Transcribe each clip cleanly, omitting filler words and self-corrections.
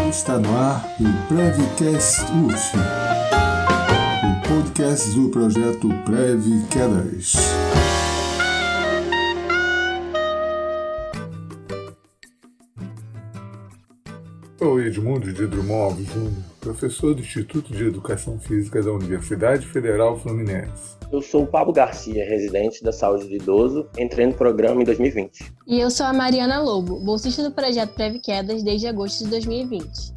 Está no ar o Prevcast UF, o podcast do projeto Prev Quedas. Sou Edmundo de Drummond Alves Júnior, professor do Instituto de Educação Física da Universidade Federal Fluminense. Eu sou o Pablo Garcia, residente da Saúde do Idoso, entrei no programa em 2020. E eu sou a Mariana Lobo, bolsista do projeto Prev Quedas desde agosto de 2020.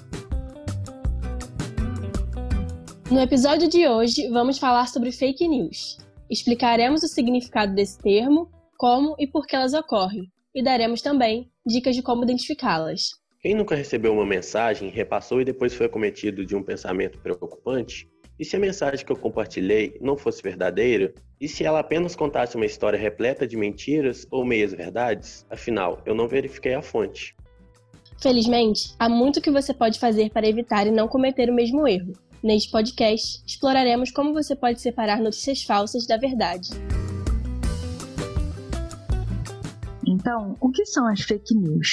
No episódio de hoje, vamos falar sobre fake news. Explicaremos o significado desse termo, como e por que elas ocorrem, e daremos também dicas de como identificá-las. Quem nunca recebeu uma mensagem, repassou e depois foi acometido de um pensamento preocupante? E se a mensagem que eu compartilhei não fosse verdadeira? E se ela apenas contasse uma história repleta de mentiras ou meias-verdades? Afinal, eu não verifiquei a fonte. Felizmente, há muito que você pode fazer para evitar e não cometer o mesmo erro. Neste podcast, exploraremos como você pode separar notícias falsas da verdade. Então, o que são as fake news?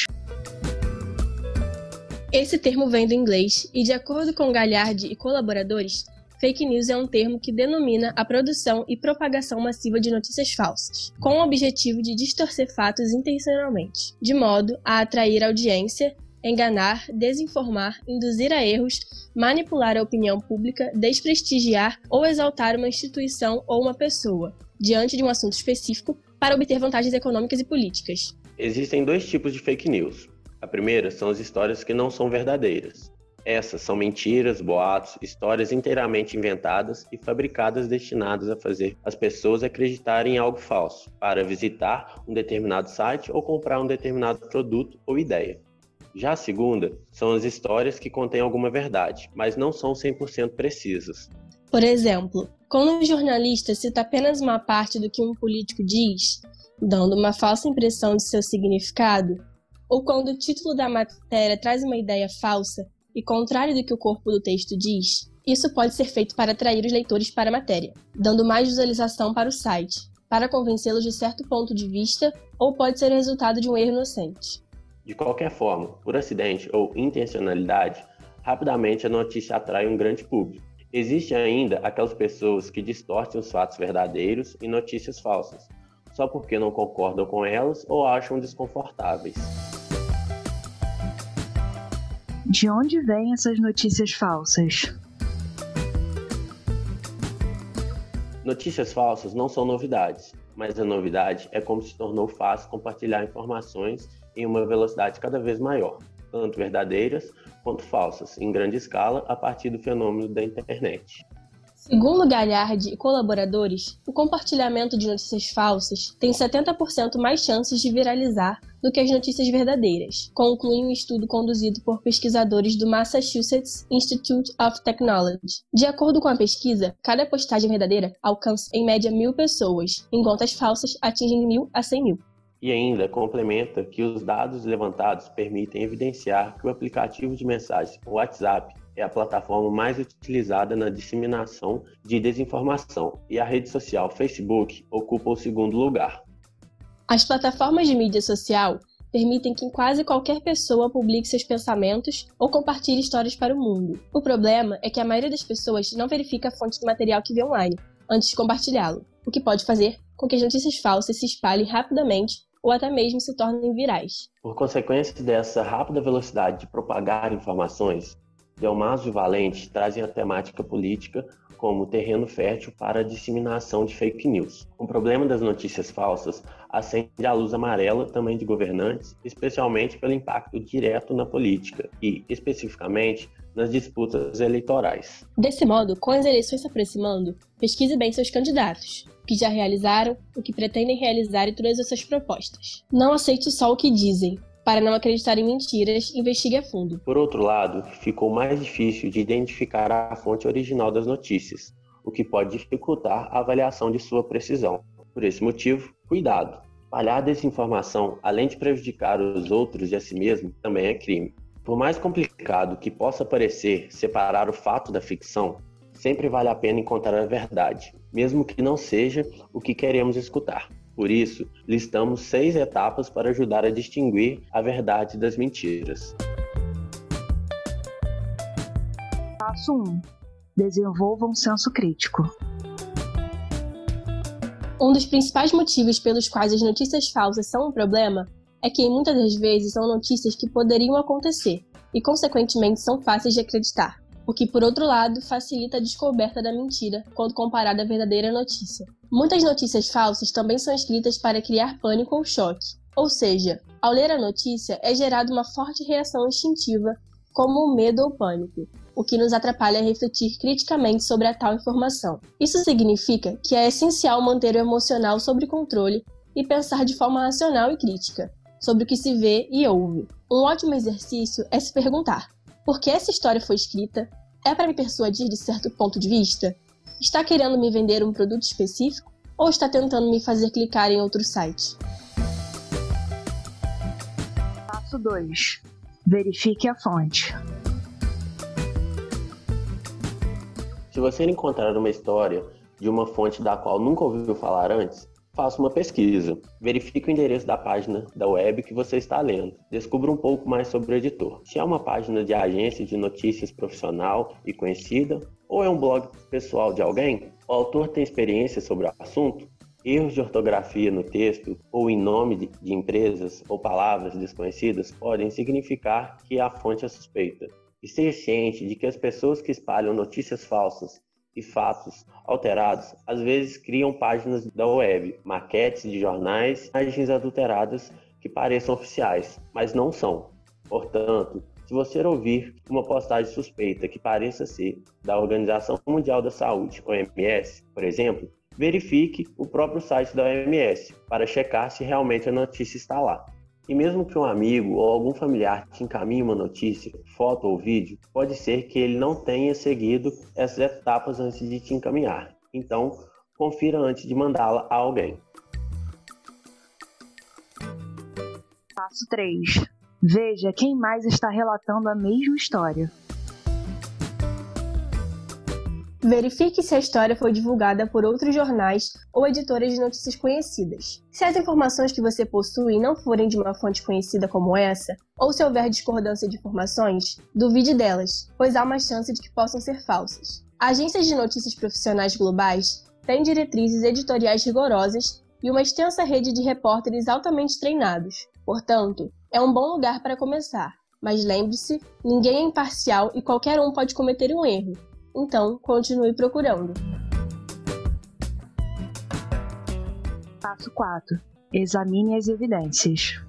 Esse termo vem do inglês e, de acordo com Gagliardi e colaboradores, fake news é um termo que denomina a produção e propagação massiva de notícias falsas, com o objetivo de distorcer fatos intencionalmente, de modo a atrair audiência, enganar, desinformar, induzir a erros, manipular a opinião pública, desprestigiar ou exaltar uma instituição ou uma pessoa, diante de um assunto específico, para obter vantagens econômicas e políticas. Existem dois tipos de fake news. A primeira são as histórias que não são verdadeiras. Essas são mentiras, boatos, histórias inteiramente inventadas e fabricadas destinadas a fazer as pessoas acreditarem em algo falso, para visitar um determinado site ou comprar um determinado produto ou ideia. Já a segunda são as histórias que contêm alguma verdade, mas não são 100% precisas. Por exemplo, quando um jornalista cita apenas uma parte do que um político diz, dando uma falsa impressão de seu significado, ou quando o título da matéria traz uma ideia falsa e contrária do que o corpo do texto diz, isso pode ser feito para atrair os leitores para a matéria, dando mais visualização para o site, para convencê-los de certo ponto de vista, ou pode ser o resultado de um erro inocente. De qualquer forma, por acidente ou intencionalidade, rapidamente a notícia atrai um grande público. Existem ainda aquelas pessoas que distorcem os fatos verdadeiros em notícias falsas, só porque não concordam com elas ou acham desconfortáveis. De onde vêm essas notícias falsas? Notícias falsas não são novidades, mas a novidade é como se tornou fácil compartilhar informações em uma velocidade cada vez maior, tanto verdadeiras quanto falsas, em grande escala, a partir do fenômeno da internet. Segundo Gagliardi e colaboradores, o compartilhamento de notícias falsas tem 70% mais chances de viralizar do que as notícias verdadeiras, conclui um estudo conduzido por pesquisadores do Massachusetts Institute of Technology. De acordo com a pesquisa, cada postagem verdadeira alcança em média 1.000 pessoas, enquanto as falsas atingem 1.000 a 100.000. E ainda complementa que os dados levantados permitem evidenciar que o aplicativo de mensagens WhatsApp é a plataforma mais utilizada na disseminação de desinformação e a rede social Facebook ocupa o segundo lugar. As plataformas de mídia social permitem que quase qualquer pessoa publique seus pensamentos ou compartilhe histórias para o mundo. O problema é que a maioria das pessoas não verifica a fonte do material que vê online antes de compartilhá-lo, o que pode fazer com que as notícias falsas se espalhem rapidamente ou até mesmo se tornem virais. Por consequência dessa rápida velocidade de propagar informações, Delmaso e Valente trazem a temática política como terreno fértil para a disseminação de fake news. O problema das notícias falsas acende a luz amarela também de governantes, especialmente pelo impacto direto na política e, especificamente, nas disputas eleitorais. Desse modo, com as eleições se aproximando, pesquise bem seus candidatos, o que já realizaram, o que pretendem realizar e todas as suas propostas. Não aceite só o que dizem. Para não acreditar em mentiras, investigue a fundo. Por outro lado, ficou mais difícil de identificar a fonte original das notícias, o que pode dificultar a avaliação de sua precisão. Por esse motivo, cuidado! Espalhar desinformação, além de prejudicar os outros e a si mesmo, também é crime. Por mais complicado que possa parecer separar o fato da ficção, sempre vale a pena encontrar a verdade, mesmo que não seja o que queremos escutar. Por isso, listamos 6 etapas para ajudar a distinguir a verdade das mentiras. Passo 1. Desenvolva um senso crítico. Um dos principais motivos pelos quais as notícias falsas são um problema é que muitas das vezes são notícias que poderiam acontecer e, consequentemente, são fáceis de acreditar, o que, por outro lado, facilita a descoberta da mentira quando comparada à verdadeira notícia. Muitas notícias falsas também são escritas para criar pânico ou choque, ou seja, ao ler a notícia é gerada uma forte reação instintiva, como o medo ou pânico, o que nos atrapalha a refletir criticamente sobre a tal informação. Isso significa que é essencial manter o emocional sob controle e pensar de forma racional e crítica sobre o que se vê e ouve. Um ótimo exercício é se perguntar: por que essa história foi escrita? É para me persuadir de certo ponto de vista? Está querendo me vender um produto específico? Ou está tentando me fazer clicar em outro site? Passo 2. Verifique a fonte. Se você encontrar uma história de uma fonte da qual nunca ouviu falar antes, faça uma pesquisa. Verifique o endereço da página da web que você está lendo. Descubra um pouco mais sobre o editor. Se é uma página de agência de notícias profissional e conhecida, ou é um blog pessoal de alguém, o autor tem experiência sobre o assunto, erros de ortografia no texto ou em nome de empresas ou palavras desconhecidas podem significar que a fonte é suspeita. Esteja ciente de que as pessoas que espalham notícias falsas e fatos alterados às vezes criam páginas da web, maquetes de jornais, imagens adulteradas que pareçam oficiais, mas não são. Portanto, se você ouvir uma postagem suspeita que pareça ser da Organização Mundial da Saúde, OMS, por exemplo, verifique o próprio site da OMS para checar se realmente a notícia está lá. E mesmo que um amigo ou algum familiar te encaminhe uma notícia, foto ou vídeo, pode ser que ele não tenha seguido essas etapas antes de te encaminhar. Então, confira antes de mandá-la a alguém. Passo 3. Veja quem mais está relatando a mesma história. Verifique se a história foi divulgada por outros jornais ou editoras de notícias conhecidas. Se as informações que você possui não forem de uma fonte conhecida como essa, ou se houver discordância de informações, duvide delas, pois há uma chance de que possam ser falsas. Agências de notícias profissionais globais têm diretrizes editoriais rigorosas e uma extensa rede de repórteres altamente treinados. Portanto, é um bom lugar para começar. Mas lembre-se, ninguém é imparcial e qualquer um pode cometer um erro. Então, continue procurando. Passo 4. Examine as evidências.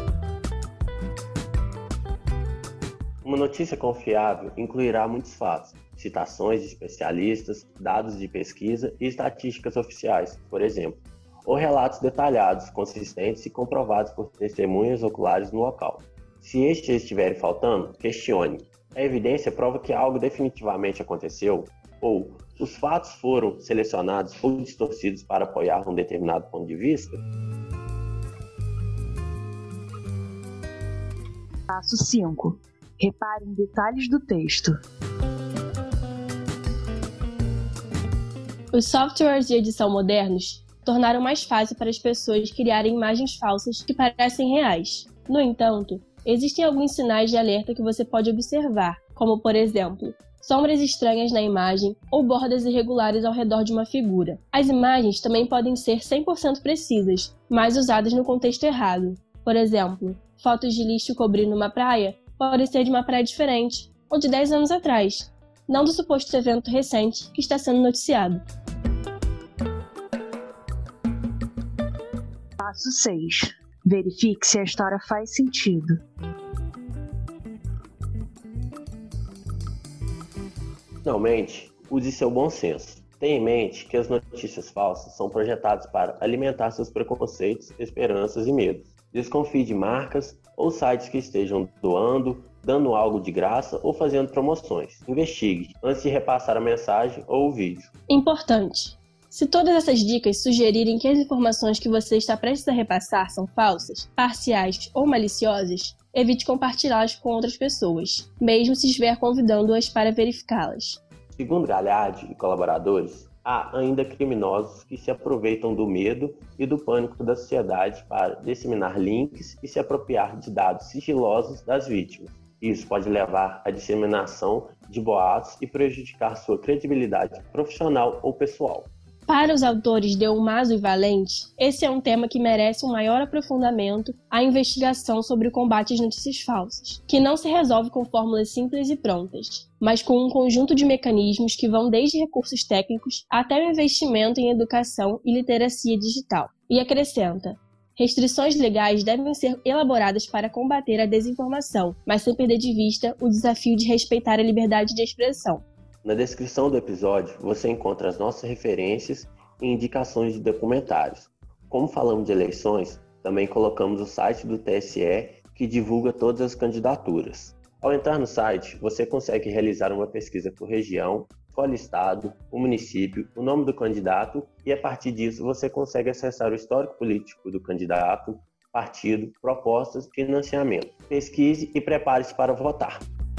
Uma notícia confiável incluirá muitos fatos, citações de especialistas, dados de pesquisa e estatísticas oficiais, por exemplo, ou relatos detalhados, consistentes e comprovados por testemunhas oculares no local. Se estes estiverem faltando, questione. A evidência prova que algo definitivamente aconteceu, ou os fatos foram selecionados ou distorcidos para apoiar um determinado ponto de vista? Passo 5. Repare em detalhes do texto. Os softwares de edição modernos tornaram mais fácil para as pessoas criarem imagens falsas que parecem reais. No entanto, existem alguns sinais de alerta que você pode observar, como, por exemplo, sombras estranhas na imagem ou bordas irregulares ao redor de uma figura. As imagens também podem ser 100% precisas, mas usadas no contexto errado. Por exemplo, fotos de lixo cobrindo uma praia podem ser de uma praia diferente, ou de 10 anos atrás, não do suposto evento recente que está sendo noticiado. Passo 6. Verifique se a história faz sentido. Finalmente, use seu bom senso. Tenha em mente que as notícias falsas são projetadas para alimentar seus preconceitos, esperanças e medos. Desconfie de marcas ou sites que estejam doando, dando algo de graça ou fazendo promoções. Investigue antes de repassar a mensagem ou o vídeo. Importante! Se todas essas dicas sugerirem que as informações que você está prestes a repassar são falsas, parciais ou maliciosas, evite compartilhá-las com outras pessoas, mesmo se estiver convidando-as para verificá-las. Segundo Gagliardi e colaboradores, há ainda criminosos que se aproveitam do medo e do pânico da sociedade para disseminar links e se apropriar de dados sigilosos das vítimas. Isso pode levar à disseminação de boatos e prejudicar sua credibilidade profissional ou pessoal. Para os autores Delmaso e Valente, esse é um tema que merece um maior aprofundamento à investigação sobre o combate às notícias falsas, que não se resolve com fórmulas simples e prontas, mas com um conjunto de mecanismos que vão desde recursos técnicos até o investimento em educação e literacia digital. E acrescenta: restrições legais devem ser elaboradas para combater a desinformação, mas sem perder de vista o desafio de respeitar a liberdade de expressão. Na descrição do episódio, você encontra as nossas referências e indicações de documentários. Como falamos de eleições, também colocamos o site do TSE, que divulga todas as candidaturas. Ao entrar no site, você consegue realizar uma pesquisa por região, escolhe estado, o município, o nome do candidato e, a partir disso, você consegue acessar o histórico político do candidato, partido, propostas, financiamento. Pesquise e prepare-se para votar.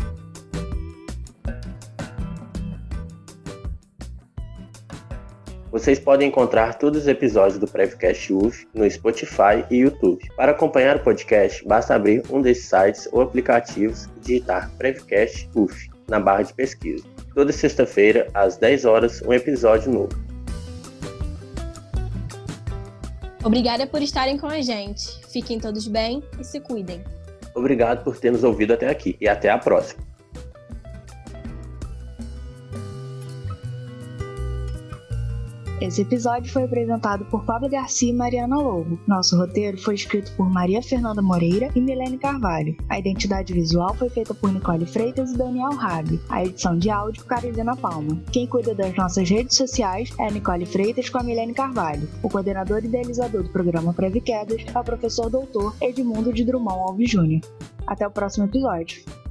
Vocês podem encontrar todos os episódios do Prevcast UF no Spotify e YouTube. Para acompanhar o podcast, basta abrir um desses sites ou aplicativos e digitar Prevcast UF na barra de pesquisa. Toda sexta-feira, às 10 horas, um episódio novo. Obrigada por estarem com a gente. Fiquem todos bem e se cuidem. Obrigado por ter nos ouvido até aqui e até a próxima. Esse episódio foi apresentado por Pablo Garcia e Mariana Lobo. Nosso roteiro foi escrito por Maria Fernanda Moreira e Milene Carvalho. A identidade visual foi feita por Nicole Freitas e Daniel Rabi. A edição de áudio, Carizina Palma. Quem cuida das nossas redes sociais é a Nicole Freitas com a Milene Carvalho. O coordenador e idealizador do programa Previquedas é o professor doutor Edmundo de Drummond Alves Júnior. Até o próximo episódio.